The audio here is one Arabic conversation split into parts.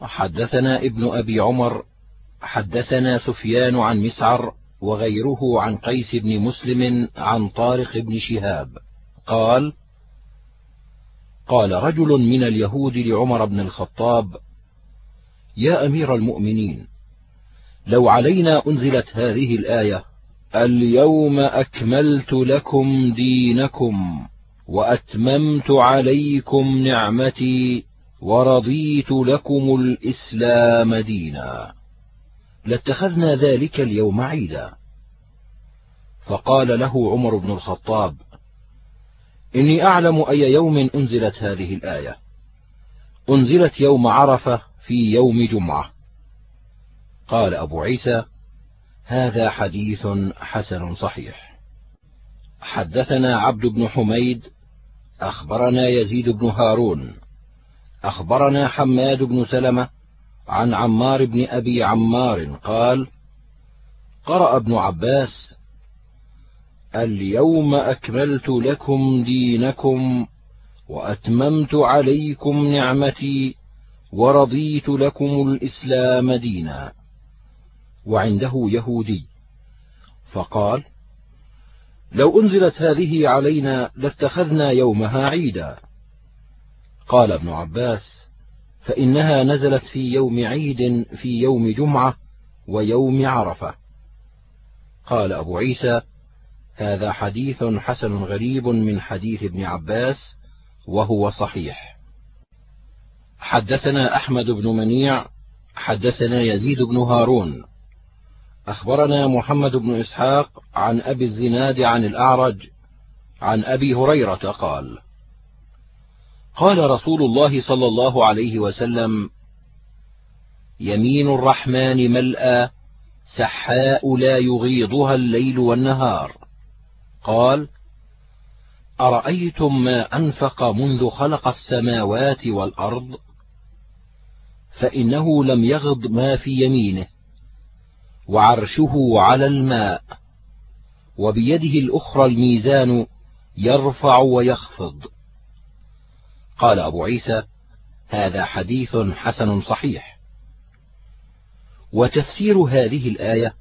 حدثنا ابن أبي عمر حدثنا سفيان عن مسعر وغيره عن قيس بن مسلم عن طارق بن شهاب قال: قال رجل من اليهود لعمر بن الخطاب: يا أمير المؤمنين، لو علينا أنزلت هذه الآية: اليوم أكملت لكم دينكم وأتممت عليكم نعمتي ورضيت لكم الإسلام دينا، لاتخذنا ذلك اليوم عيدا. فقال له عمر بن الخطاب: إني أعلم أي يوم أنزلت هذه الآية، أنزلت يوم عرفة في يوم جمعة. قال أبو عيسى: هذا حديث حسن صحيح. حدثنا عبد بن حميد أخبرنا يزيد بن هارون أخبرنا حماد بن سلمة عن عمار بن أبي عمار قال: قرأ ابن عباس: اليوم أكملت لكم دينكم وأتممت عليكم نعمتي ورضيت لكم الإسلام دينا، وعنده يهودي، فقال: لو أنزلت هذه علينا لاتخذنا يومها عيدا. قال ابن عباس: فإنها نزلت في يوم عيد في يوم جمعة ويوم عرفة. قال أبو عيسى: هذا حديث حسن غريب من حديث ابن عباس وهو صحيح. حدثنا أحمد بن منيع حدثنا يزيد بن هارون أخبرنا محمد بن إسحاق عن أبي الزناد عن الأعرج عن أبي هريرة قال: قال رسول الله صلى الله عليه وسلم: يمين الرحمن ملأى سحاء لا يغيضها الليل والنهار. قال: أرأيتم ما أنفق منذ خلق السماوات والأرض؟ فإنه لم يغض ما في يمينه، وعرشه على الماء، وبيده الأخرى الميزان يرفع ويخفض. قال أبو عيسى: هذا حديث حسن صحيح. وتفسير هذه الآية: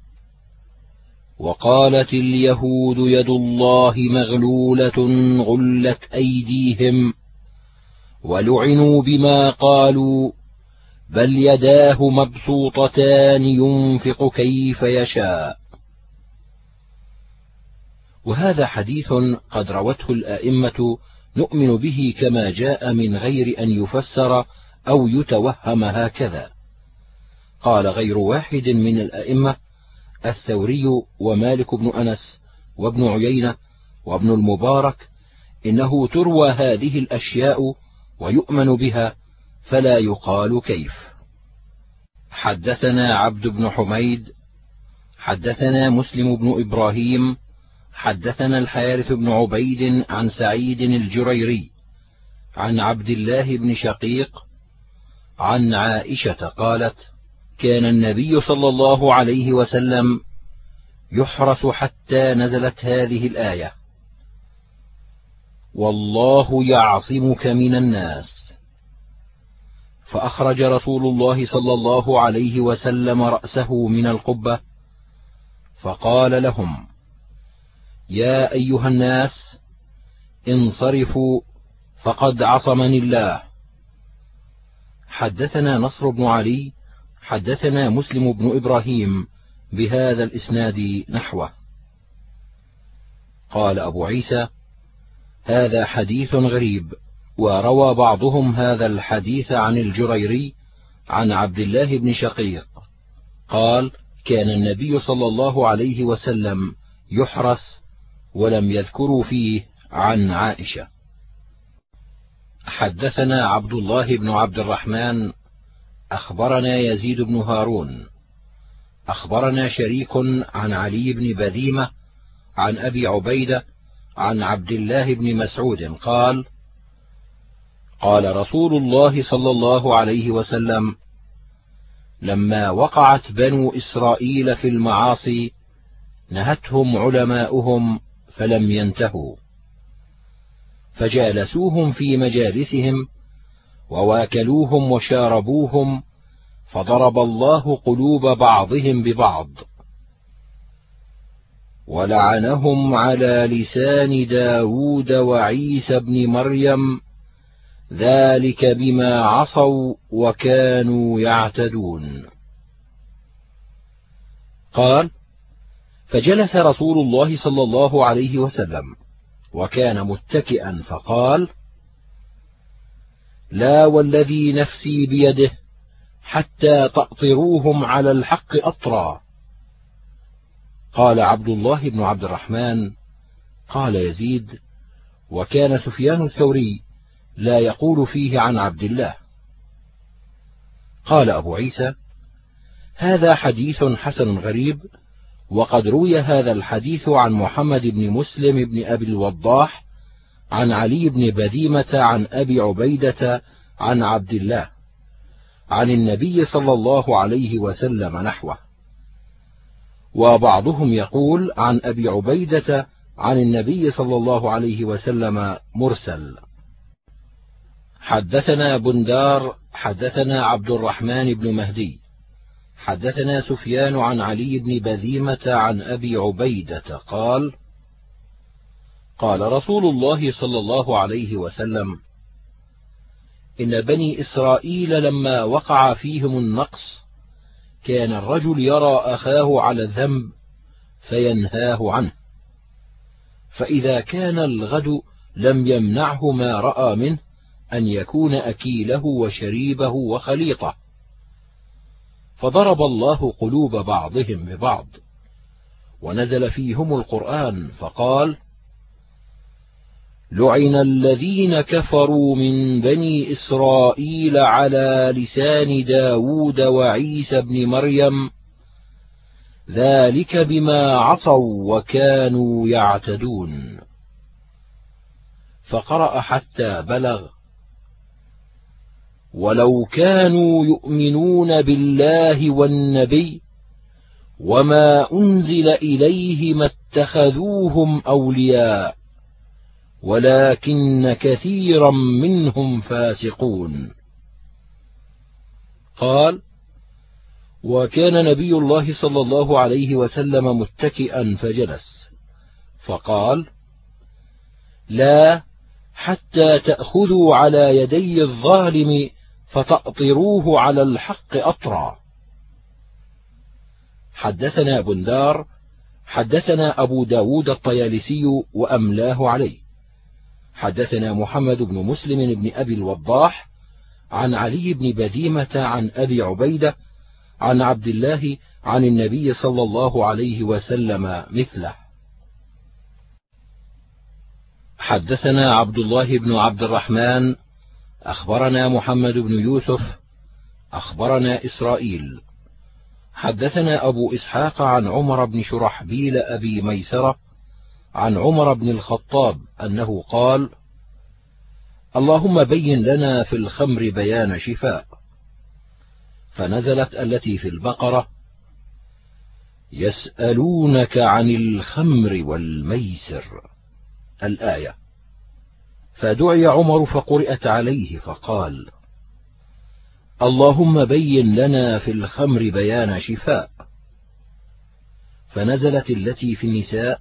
وقالت اليهود يد الله مغلولة غلت أيديهم ولعنوا بما قالوا بل يداه مبسوطتان ينفق كيف يشاء. وهذا حديث قد روته الآئمة نؤمن به كما جاء من غير أن يفسر أو يتوهم هكذا. قال غير واحد من الآئمة: الثوري ومالك بن أنس وابن عيينة وابن المبارك إنه تروى هذه الأشياء ويؤمن بها فلا يقال كيف. حدثنا عبد بن حميد حدثنا مسلم بن إبراهيم حدثنا الحارث بن عبيد عن سعيد الجريري عن عبد الله بن شقيق عن عائشة قالت: كان النبي صلى الله عليه وسلم يحرس حتى نزلت هذه الآية: والله يعصمك من الناس. فأخرج رسول الله صلى الله عليه وسلم رأسه من القبة فقال لهم: يا أيها الناس انصرفوا فقد عصمني الله. حدثنا نصر بن علي حدثنا مسلم بن إبراهيم بهذا الإسناد نحوه. قال أبو عيسى: هذا حديث غريب. وروى بعضهم هذا الحديث عن الجريري عن عبد الله بن شقيق قال: كان النبي صلى الله عليه وسلم يحرس، ولم يذكروا فيه عن عائشة. حدثنا عبد الله بن عبد الرحمن أخبرنا يزيد بن هارون أخبرنا شريك عن علي بن بذيمة عن أبي عبيدة عن عبد الله بن مسعود قال: قال رسول الله صلى الله عليه وسلم: لما وقعت بنو إسرائيل في المعاصي نهتهم علماؤهم فلم ينتهوا، فجالسوهم في مجالسهم وواكلوهم وشاربوهم فضرب الله قلوب بعضهم ببعض ولعنهم على لسان داود وعيسى بن مريم ذلك بما عصوا وكانوا يعتدون. قال: فجلس رسول الله صلى الله عليه وسلم وكان متكئا فقال: لا والذي نفسي بيده حتى تأطروهم على الحق أطرا. قال عبد الله بن عبد الرحمن: قال يزيد: وكان سفيان الثوري لا يقول فيه عن عبد الله. قال أبو عيسى: هذا حديث حسن غريب، وقد روي هذا الحديث عن محمد بن مسلم بن أبي الوضاح عن علي بن بذيمة عن أبي عبيدة عن عبد الله عن النبي صلى الله عليه وسلم نحوه، وبعضهم يقول عن أبي عبيدة عن النبي صلى الله عليه وسلم مرسل. حدثنا بندار حدثنا عبد الرحمن بن مهدي حدثنا سفيان عن علي بن بذيمة عن أبي عبيدة قال: قال رسول الله صلى الله عليه وسلم: إن بني إسرائيل لما وقع فيهم النقص كان الرجل يرى أخاه على الذنب فينهاه عنه، فإذا كان الغد لم يمنعه ما رأى منه أن يكون أكيله وشريبه وخليطه، فضرب الله قلوب بعضهم ببعض، ونزل فيهم القرآن فقال: لعن الذين كفروا من بني إسرائيل على لسان داود وعيسى بن مريم ذلك بما عصوا وكانوا يعتدون. فقرأ حتى بلغ: ولو كانوا يؤمنون بالله والنبي وما أنزل إليه ما اتخذوهم أولياء ولكن كثيرا منهم فاسقون. قال: وكان نبي الله صلى الله عليه وسلم متكئا فجلس، فقال: لا حتى تأخذوا على يدي الظالم فتأطروه على الحق أطرا. حدثنا بندار حدثنا أبو داود الطيالسي وأملاه عليه. حدثنا محمد بن مسلم بن أبي الوضاح عن علي بن بذيمة عن أبي عبيدة عن عبد الله عن النبي صلى الله عليه وسلم مثله. حدثنا عبد الله بن عبد الرحمن أخبرنا محمد بن يوسف أخبرنا إسرائيل حدثنا أبو إسحاق عن عمر بن شرحبيل أبي ميسرة عن عمر بن الخطاب أنه قال: اللهم بين لنا في الخمر بيان شفاء. فنزلت التي في البقرة: يسألونك عن الخمر والميسر الآية. فدعي عمر فقرئت عليه فقال: اللهم بين لنا في الخمر بيان شفاء. فنزلت التي في النساء: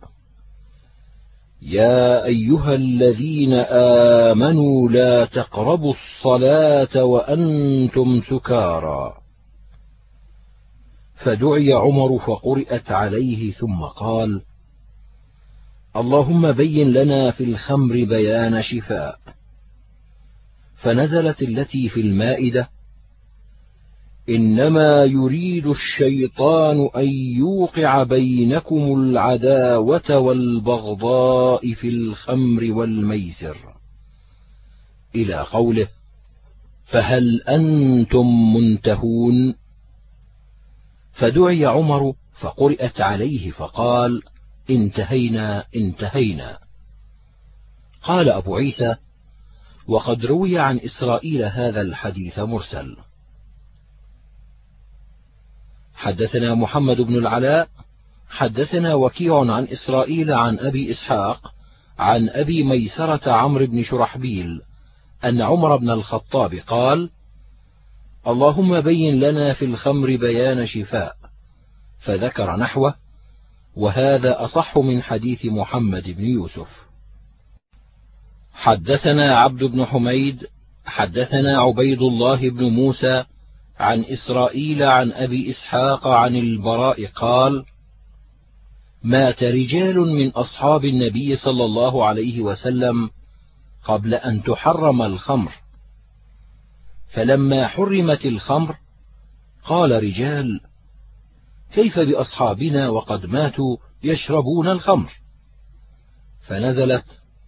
يا أيها الذين آمنوا لا تقربوا الصلاة وأنتم سكارى. فدعي عمر فقرئت عليه ثم قال: اللهم بين لنا في الخمر بيان شفاء. فنزلت التي في المائدة: إنما يريد الشيطان أن يوقع بينكم العداوة والبغضاء في الخمر والميسر، إلى قوله: فهل أنتم منتهون؟ فدعي عمر فقرئت عليه فقال: انتهينا انتهينا. قال أبو عيسى: وقد روي عن إسرائيل هذا الحديث مرسل. حدثنا محمد بن العلاء حدثنا وكيع عن إسرائيل عن أبي إسحاق عن أبي ميسرة عمرو بن شرحبيل أن عمر بن الخطاب قال: اللهم بين لنا في الخمر بيان شفاء، فذكر نحوه، وهذا أصح من حديث محمد بن يوسف. حدثنا عبد بن حميد حدثنا عبيد الله بن موسى عن إسرائيل عن أبي إسحاق عن البراء قال: مات رجال من أصحاب النبي صلى الله عليه وسلم قبل أن تحرم الخمر، فلما حرمت الخمر قال رجال: كيف بأصحابنا وقد ماتوا يشربون الخمر؟ فنزلت: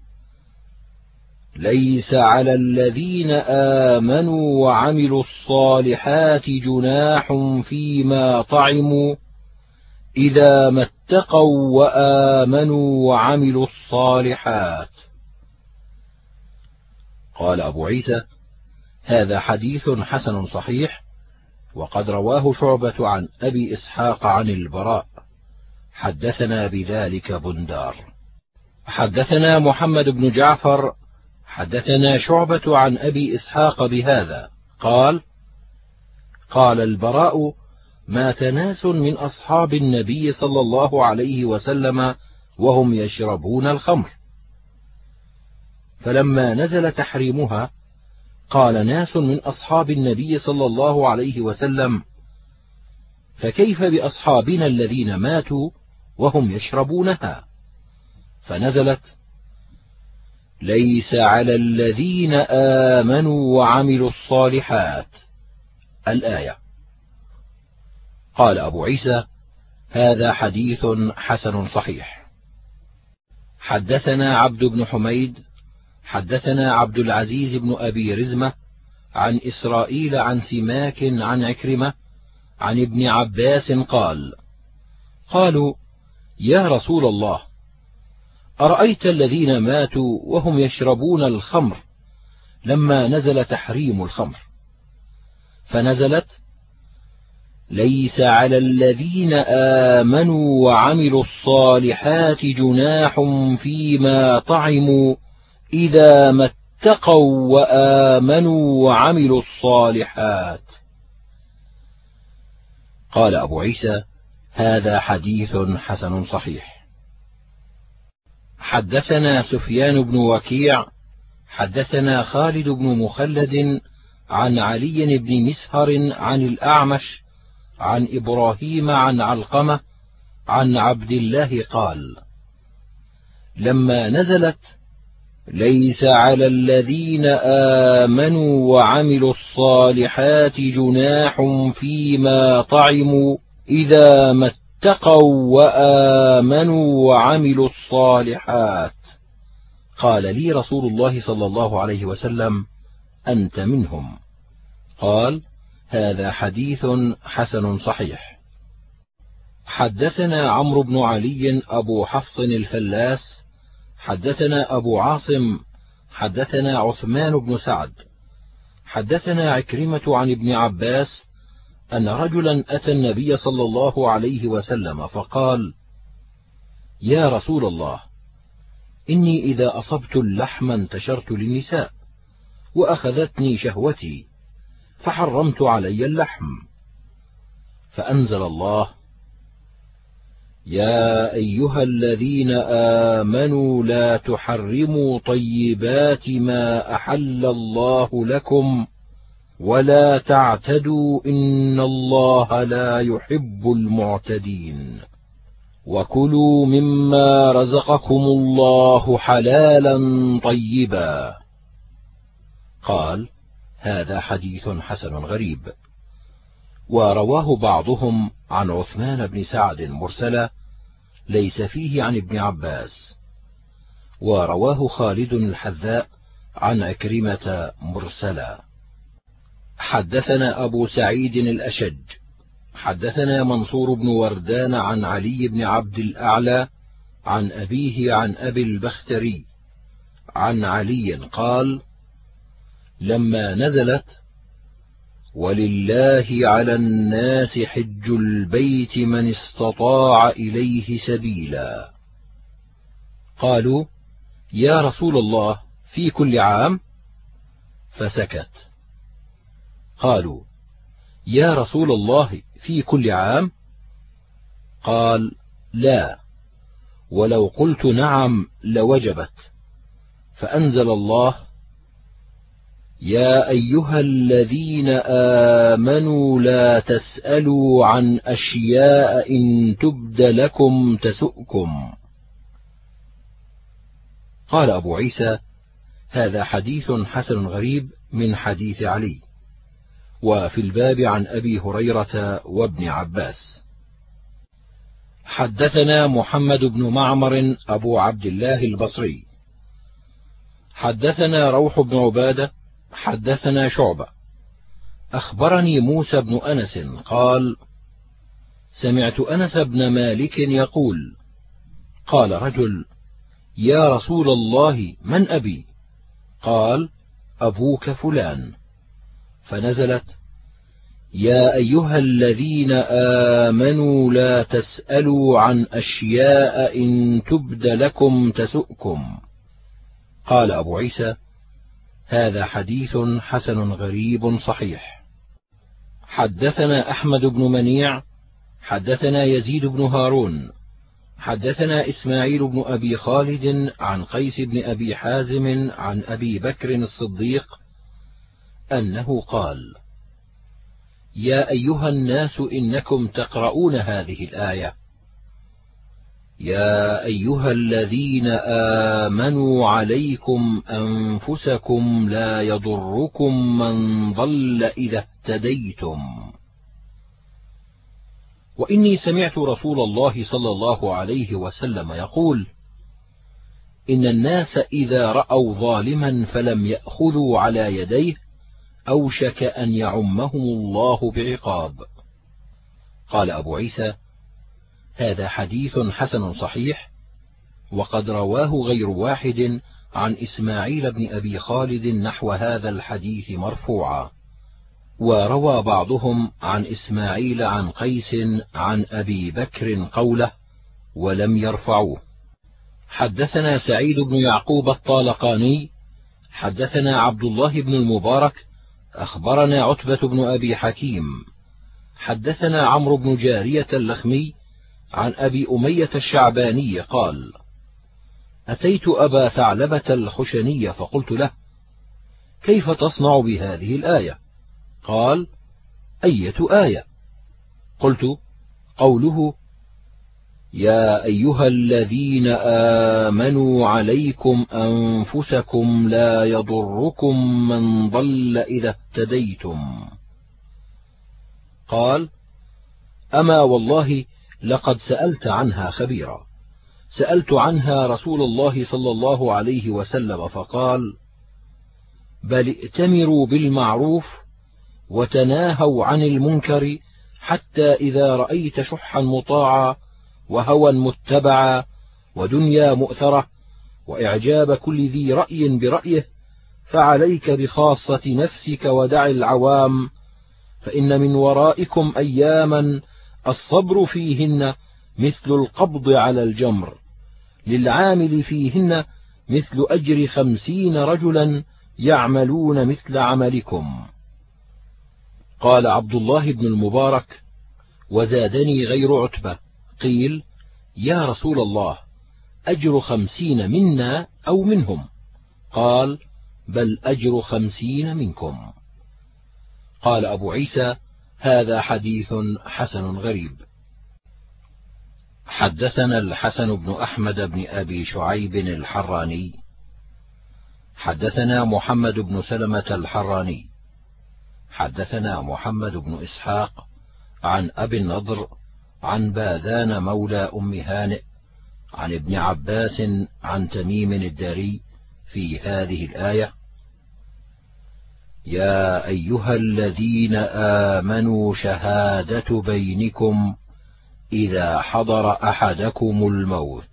ليس على الذين آمنوا وعملوا الصالحات جناح فيما طعموا إذا ما اتقوا وآمنوا وعملوا الصالحات. قال أبو عيسى: هذا حديث حسن صحيح، وقد رواه شعبة عن أبي إسحاق عن البراء. حدثنا بذلك بندار. حدثنا محمد بن جعفر حدثنا شعبة عن أبي إسحاق بهذا قال: قال البراء: مات ناس من أصحاب النبي صلى الله عليه وسلم وهم يشربون الخمر، فلما نزل تحريمها قال ناس من أصحاب النبي صلى الله عليه وسلم: فكيف بأصحابنا الذين ماتوا وهم يشربونها؟ فنزلت: ليس على الذين آمنوا وعملوا الصالحات، الآية. قال أبو عيسى: هذا حديث حسن صحيح. حدثنا عبد بن حميد حدثنا عبد العزيز بن أبي رزمة عن إسرائيل عن سماك عن عكرمة عن ابن عباس قال: قالوا: يا رسول الله، أرأيت الذين ماتوا وهم يشربون الخمر لما نزل تحريم الخمر؟ فنزلت: ليس على الذين آمنوا وعملوا الصالحات جناح فيما طعموا إذا ما اتقوا وآمنوا وعملوا الصالحات. قال أبو عيسى: هذا حديث حسن صحيح. حدثنا سفيان بن وكيع حدثنا خالد بن مخلد عن علي بن مسهر عن الأعمش عن إبراهيم عن علقمة عن عبد الله قال: لما نزلت: ليس على الذين آمنوا وعملوا الصالحات جناح فيما طعموا إذا ما اتقوا وآمنوا وعملوا الصالحات، قال لي رسول الله صلى الله عليه وسلم: أنت منهم. قال: هذا حديث حسن صحيح. حدثنا عمرو بن علي أبو حفص الفلاس حدثنا أبو عاصم حدثنا عثمان بن سعد حدثنا عكرمة عن ابن عباس أن رجلا أتى النبي صلى الله عليه وسلم فقال: يا رسول الله، إني إذا أصبت اللحم انتشرت للنساء وأخذتني شهوتي فحرمت علي اللحم. فأنزل الله: يا أيها الذين آمنوا لا تحرموا طيبات ما أحل الله لكم ولا تعتدوا إن الله لا يحب المعتدين، وكلوا مما رزقكم الله حلالا طيبا. قال: هذا حديث حسن غريب. ورواه بعضهم عن عثمان بن سعد مرسلا ليس فيه عن ابن عباس، ورواه خالد الحذاء عن عكرمة مرسلا. حدثنا أبو سعيد الأشج حدثنا منصور بن وردان عن علي بن عبد الأعلى عن أبيه عن أبي البختري عن علي قال: لما نزلت: ولله على الناس حج البيت من استطاع إليه سبيلا، قالوا: يا رسول الله، في كل عام؟ فسكت. قالوا: يا رسول الله في كل عام؟ قال: لا، ولو قلت نعم لوجبت. فأنزل الله: يا أيها الذين آمنوا لا تسألوا عن أشياء إن تبد لكم تسؤكم. قال أبو عيسى: هذا حديث حسن غريب من حديث علي. وفي الباب عن أبي هريرة وابن عباس. حدثنا محمد بن معمر أبو عبد الله البصري حدثنا روح بن عبادة حدثنا شعبة أخبرني موسى بن أنس قال: سمعت أنس بن مالك يقول: قال رجل: يا رسول الله من أبي؟ قال: أبوك فلان. فنزلت: يا أيها الذين آمنوا لا تسألوا عن أشياء إن تبد لكم تسؤكم. قال أبو عيسى: هذا حديث حسن غريب صحيح. حدثنا أحمد بن منيع حدثنا يزيد بن هارون حدثنا إسماعيل بن أبي خالد عن قيس بن أبي حازم عن أبي بكر الصديق أنه قال: يا أيها الناس إنكم تقرؤون هذه الآية: يا أيها الذين آمنوا عليكم أنفسكم لا يضركم من ضل إذا اهتديتم. وإني سمعت رسول الله صلى الله عليه وسلم يقول: إن الناس إذا رأوا ظالما فلم يأخذوا على يديه أوشك أن يعمهم الله بعقاب. قال أبو عيسى: هذا حديث حسن صحيح، وقد رواه غير واحد عن إسماعيل بن أبي خالد نحو هذا الحديث مرفوعا، وروى بعضهم عن إسماعيل عن قيس عن أبي بكر قوله ولم يرفعوه. حدثنا سعيد بن يعقوب الطالقاني حدثنا عبد الله بن المبارك أخبرنا عتبة بن أبي حكيم حدثنا عمرو بن جارية اللخمي عن أبي أمية الشعباني قال: أتيت أبا ثعلبة الخشني فقلت له: كيف تصنع بهذه الآية؟ قال: أية آية؟ قلت: قوله: يا أيها الذين آمنوا عليكم أنفسكم لا يضركم من ضل إذا اهتديتم. قال: أما والله لقد سألت عنها خبيرا. سألت عنها رسول الله صلى الله عليه وسلم فقال: بل ائتمروا بالمعروف وتناهوا عن المنكر، حتى إذا رأيت شحا مطاعا وهوى متبعا ودنيا مؤثرة وإعجاب كل ذي رأي برأيه فعليك بخاصة نفسك ودع العوام، فإن من ورائكم أياما الصبر فيهن مثل القبض على الجمر، للعامل فيهن مثل أجر 50 رجلا يعملون مثل عملكم. قال عبد الله بن المبارك: وزادني غير عتبة، قيل: يا رسول الله، أجر 50 منا أو منهم؟ قال: بل أجر 50 منكم. قال أبو عيسى: هذا حديث حسن غريب. حدثنا الحسن بن أحمد بن أبي شعيب الحراني حدثنا محمد بن سلمة الحراني حدثنا محمد بن إسحاق عن أبي النضر عن باذان مولى أم هانئ عن ابن عباس عن تميم الداري في هذه الآية: يا أيها الذين آمنوا شهادة بينكم إذا حضر أحدكم الموت.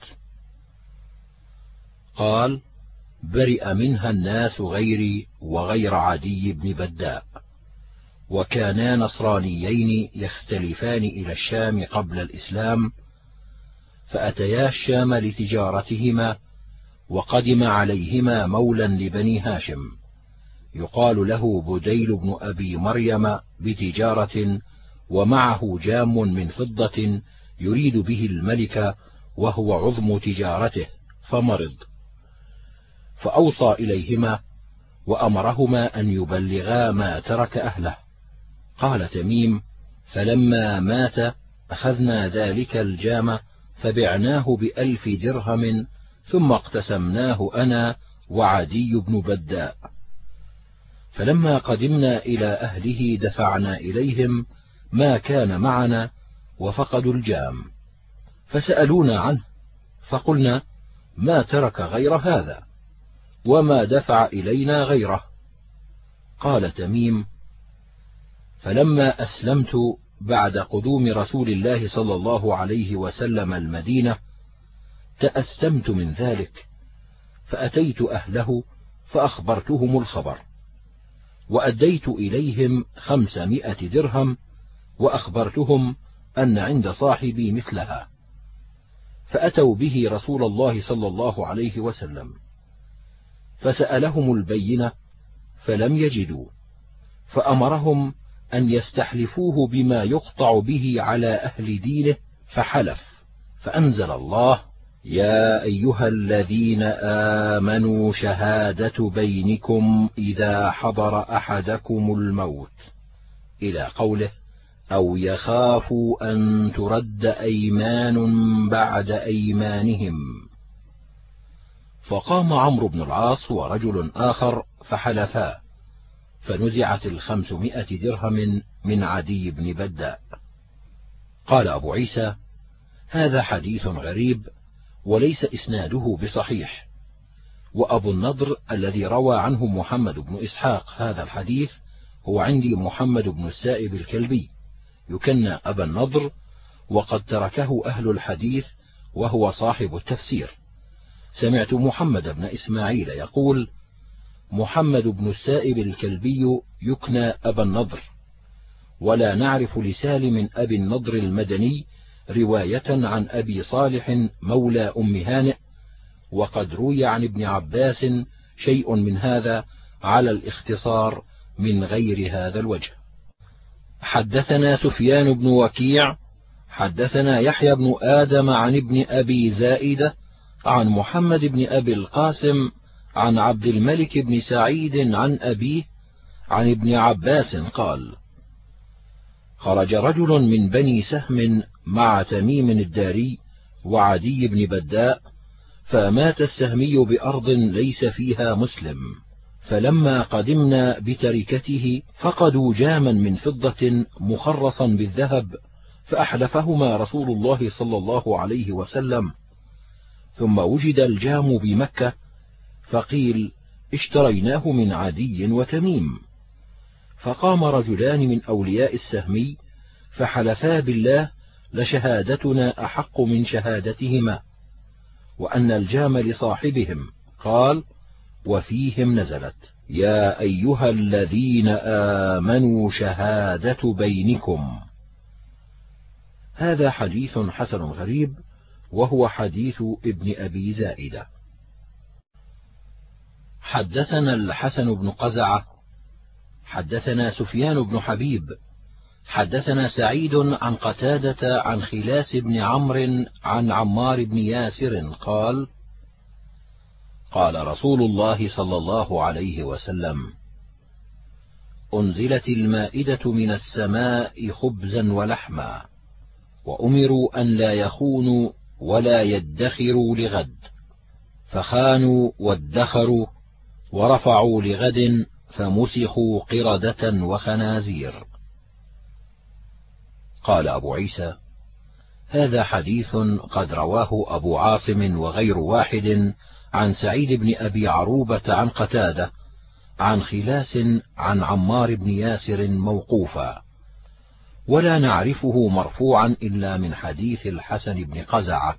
قال: برئ منها الناس غيري وغير عدي بن بداء، وكانا نصرانيين يختلفان إلى الشام قبل الإسلام، فأتيا الشام لتجارتهما، وقدم عليهما مولى لبني هاشم يقال له بديل بن أبي مريم بتجارة، ومعه جام من فضة يريد به الملك وهو عظم تجارته، فمرض، فأوصى إليهما وأمرهما أن يبلغا ما ترك أهله. قال تميم: فلما مات أخذنا ذلك الجام فبعناه ب1000 درهم، ثم اقتسمناه أنا وعدي بن بداء. فلما قدمنا إلى أهله دفعنا إليهم ما كان معنا وفقدوا الجام، فسألونا عنه، فقلنا: ما ترك غير هذا، وما دفع إلينا غيره. قال تميم: فلما أسلمت بعد قدوم رسول الله صلى الله عليه وسلم المدينة تأثمت من ذلك، فأتيت أهله فأخبرتهم الخبر، وأديت إليهم 500 درهم، وأخبرتهم أن عند صاحبي مثلها، فأتوا به رسول الله صلى الله عليه وسلم، فسألهم البينة فلم يجدوا، فأمرهم أن يستحلفوه بما يقطع به على أهل دينه، فحلف، فأنزل الله: يا أيها الذين آمنوا شهادة بينكم إذا حضر أحدكم الموت، إلى قوله: أو يخافوا أن ترد أيمان بعد أيمانهم. فقام عمرو بن العاص ورجل آخر فحلفا، فنزعت 500 درهم من عدي بن بداء. قال أبو عيسى: هذا حديث غريب وليس إسناده بصحيح، وأبو النضر الذي روى عنه محمد بن إسحاق هذا الحديث هو عندي محمد بن السائب الكلبي، يكنى أبا النضر، وقد تركه أهل الحديث وهو صاحب التفسير. سمعت محمد بن إسماعيل يقول: محمد بن السائب الكلبي يكنى أبا النضر، ولا نعرف لسالم أبي النضر المدني رواية عن أبي صالح مولى أم هانئ، وقد روي عن ابن عباس شيء من هذا على الاختصار من غير هذا الوجه. حدثنا سفيان بن وكيع حدثنا يحيى بن آدم عن ابن أبي زائدة عن محمد بن أبي القاسم عن عبد الملك بن سعيد عن أبيه عن ابن عباس قال: خرج رجل من بني سهم مع تميم الداري وعدي بن بداء، فمات السهمي بأرض ليس فيها مسلم، فلما قدمنا بتركته فقدوا جاما من فضة مخرصا بالذهب، فأحلفهما رسول الله صلى الله عليه وسلم، ثم وجد الجام بمكة، فقيل: اشتريناه من عدي وتميم. فقام رجلان من أولياء السهمي فحلفا بالله: لشهادتنا أحق من شهادتهما، وأن الجام لصاحبهم. قال: وفيهم نزلت: يا أيها الذين آمنوا شهادة بينكم. هذا حديث حسن غريب، وهو حديث ابن أبي زائدة. حدثنا الحسن بن قزعة حدثنا سفيان بن حبيب حدثنا سعيد عن قتادة عن خلاس بن عمرو عن عمار بن ياسر قال: قال رسول الله صلى الله عليه وسلم: أنزلت المائدة من السماء خبزا ولحما، وأمروا أن لا يخونوا ولا يدخروا لغد، فخانوا وادخروا ورفعوا لغد، فمسخوا قردة وخنازير. قال أبو عيسى: هذا حديث قد رواه أبو عاصم وغير واحد عن سعيد بن أبي عروبة عن قتادة عن خلاس عن عمار بن ياسر موقوفا، ولا نعرفه مرفوعا إلا من حديث الحسن بن قزعة.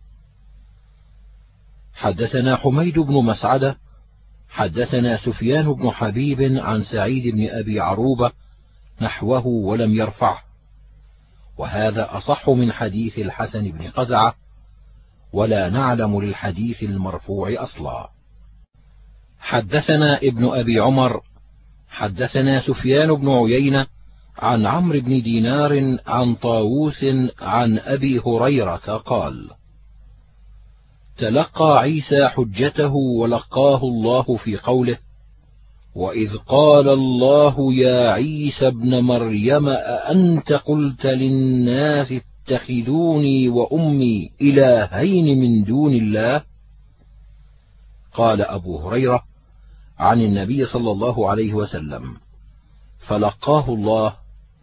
حدثنا حميد بن مسعدة حدثنا سفيان بن حبيب عن سعيد بن أبي عروبة نحوه ولم يرفعه، وهذا أصح من حديث الحسن بن قزعة، ولا نعلم للحديث المرفوع أصلا. حدثنا ابن أبي عمر حدثنا سفيان بن عيينة عن عمرو بن دينار عن طاووس عن أبي هريرة قال: تلقى عيسى حجته ولقاه الله في قوله: وإذ قال الله يا عيسى ابن مريم أأنت قلت للناس اتخذوني وأمي إلهين من دون الله؟ قال أبو هريرة عن النبي صلى الله عليه وسلم: فلقاه الله: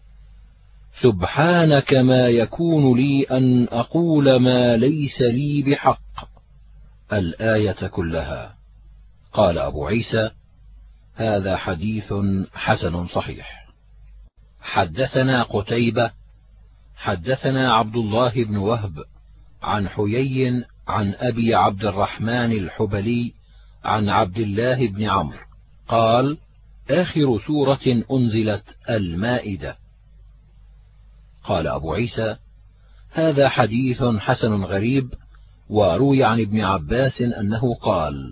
سبحانك ما يكون لي أن أقول ما ليس لي بحق، الآية كلها. قال أبو عيسى: هذا حديث حسن صحيح. حدثنا قتيبة حدثنا عبد الله بن وهب عن حيي عن أبي عبد الرحمن الحبلي عن عبد الله بن عمرو قال: آخر سورة أنزلت المائدة. قال أبو عيسى: هذا حديث حسن غريب. وروي عن ابن عباس أنه قال: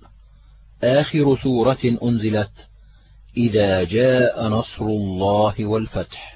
آخر سورة أنزلت إذا جاء نصر الله والفتح.